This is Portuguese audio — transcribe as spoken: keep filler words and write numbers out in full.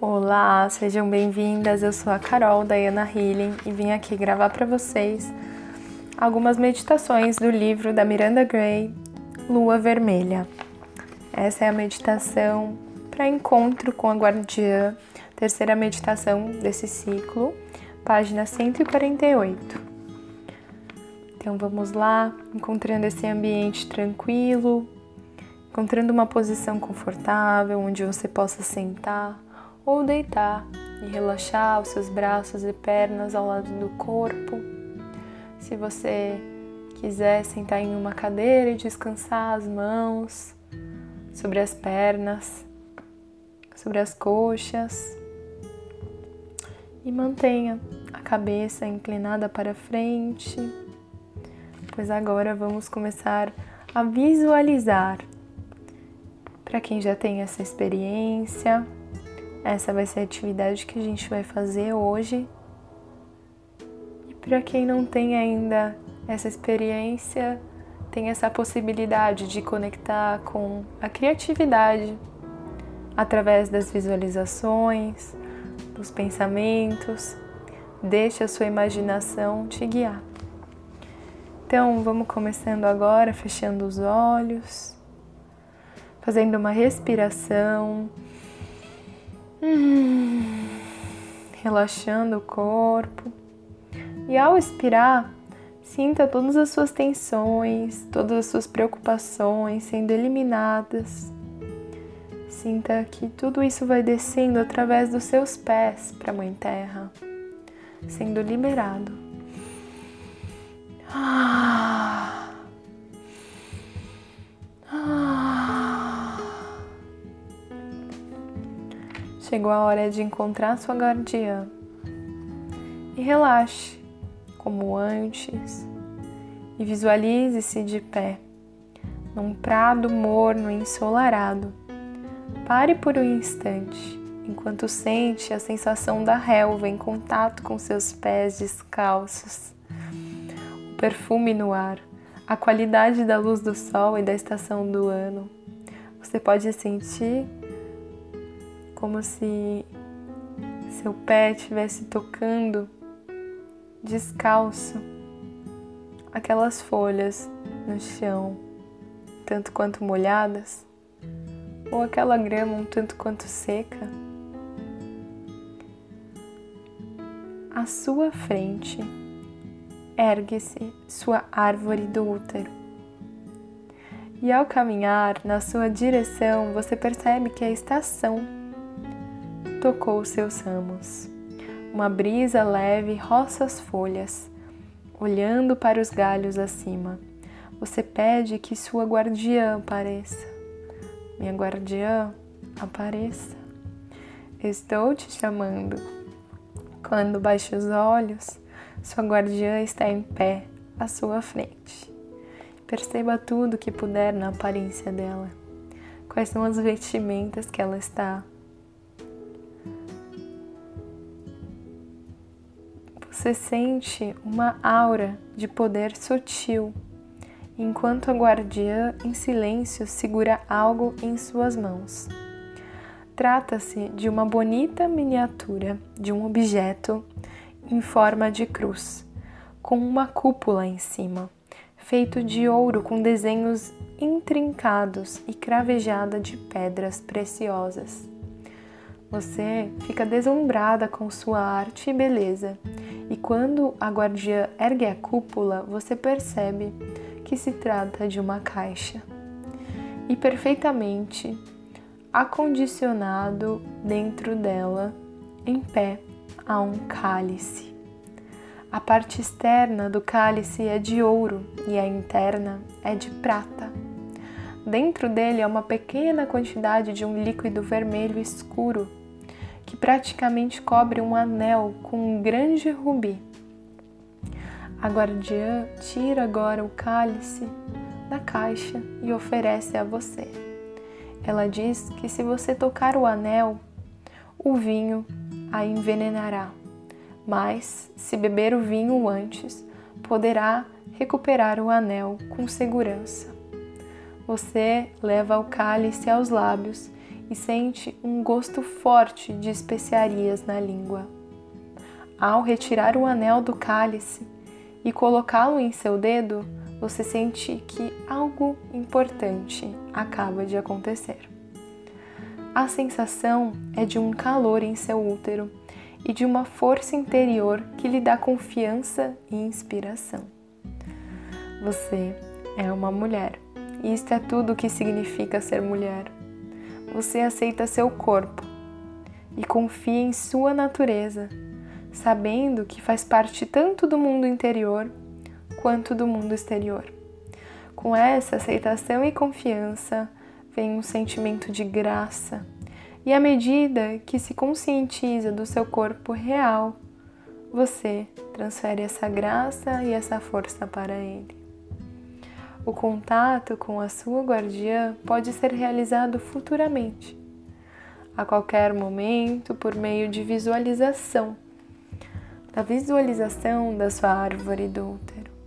Olá, sejam bem-vindas. Eu sou a Carol da Yana Healing e vim aqui gravar para vocês algumas meditações do livro da Miranda Gray, Lua Vermelha. Essa é a meditação para encontro com a guardiã, terceira meditação desse ciclo, página cento e quarenta e oito. Então vamos lá, encontrando esse ambiente tranquilo, encontrando uma posição confortável onde você possa sentar ou deitar e relaxar os seus braços e pernas ao lado do corpo. Se você quiser sentar em uma cadeira e descansar as mãos sobre as pernas, sobre as coxas, e mantenha a cabeça inclinada para frente, pois agora vamos começar a visualizar. Para quem já tem essa experiência, essa vai ser a atividade que a gente vai fazer hoje. E para quem não tem ainda essa experiência, tem essa possibilidade de conectar com a criatividade através das visualizações, dos pensamentos. Deixe a sua imaginação te guiar. Então, vamos começando agora, fechando os olhos, fazendo uma respiração. Hum, relaxando o corpo, e ao expirar, sinta todas as suas tensões, todas as suas preocupações sendo eliminadas. Sinta que tudo isso vai descendo através dos seus pés para a Mãe Terra, sendo liberado. Ah, ah. Chegou a hora de encontrar sua guardiã e relaxe como antes e visualize-se de pé num prado morno e ensolarado. Pare por um instante enquanto sente a sensação da relva em contato com seus pés descalços, o perfume no ar, a qualidade da luz do sol e da estação do ano. Você pode sentir como se seu pé estivesse tocando descalço aquelas folhas no chão, tanto quanto molhadas, ou aquela grama um tanto quanto seca. À sua frente, ergue-se sua árvore do útero. E ao caminhar na sua direção, você percebe que a estação tocou seus ramos. Uma brisa leve roça as folhas, olhando para os galhos acima. Você pede que sua guardiã apareça. Minha guardiã, apareça. Estou te chamando. Quando baixa os olhos, sua guardiã está em pé à sua frente. Perceba tudo que puder na aparência dela. Quais são as vestimentas que ela está? Você sente uma aura de poder sutil, enquanto a guardiã, em silêncio, segura algo em suas mãos. Trata-se de uma bonita miniatura de um objeto em forma de cruz, com uma cúpula em cima, feito de ouro com desenhos intrincados e cravejada de pedras preciosas. Você fica deslumbrada com sua arte e beleza, e quando a guardiã ergue a cúpula, você percebe que se trata de uma caixa. E perfeitamente acondicionado dentro dela, em pé, há um cálice. A parte externa do cálice é de ouro e a interna é de prata. Dentro dele há uma pequena quantidade de um líquido vermelho escuro, que praticamente cobre um anel com um grande rubi. A guardiã tira agora o cálice da caixa e oferece a você. Ela diz que se você tocar o anel, o vinho a envenenará, mas se beber o vinho antes, poderá recuperar o anel com segurança. Você leva o cálice aos lábios e sente um gosto forte de especiarias na língua. Ao retirar o anel do cálice e colocá-lo em seu dedo, você sente que algo importante acaba de acontecer. A sensação é de um calor em seu útero e de uma força interior que lhe dá confiança e inspiração. Você é uma mulher, e isto é tudo o que significa ser mulher. Você aceita seu corpo e confia em sua natureza, sabendo que faz parte tanto do mundo interior quanto do mundo exterior. Com essa aceitação e confiança, vem um sentimento de graça, e à medida que se conscientiza do seu corpo real, você transfere essa graça e essa força para ele. O contato com a sua guardiã pode ser realizado futuramente, a qualquer momento, por meio de visualização, da visualização da sua árvore do útero.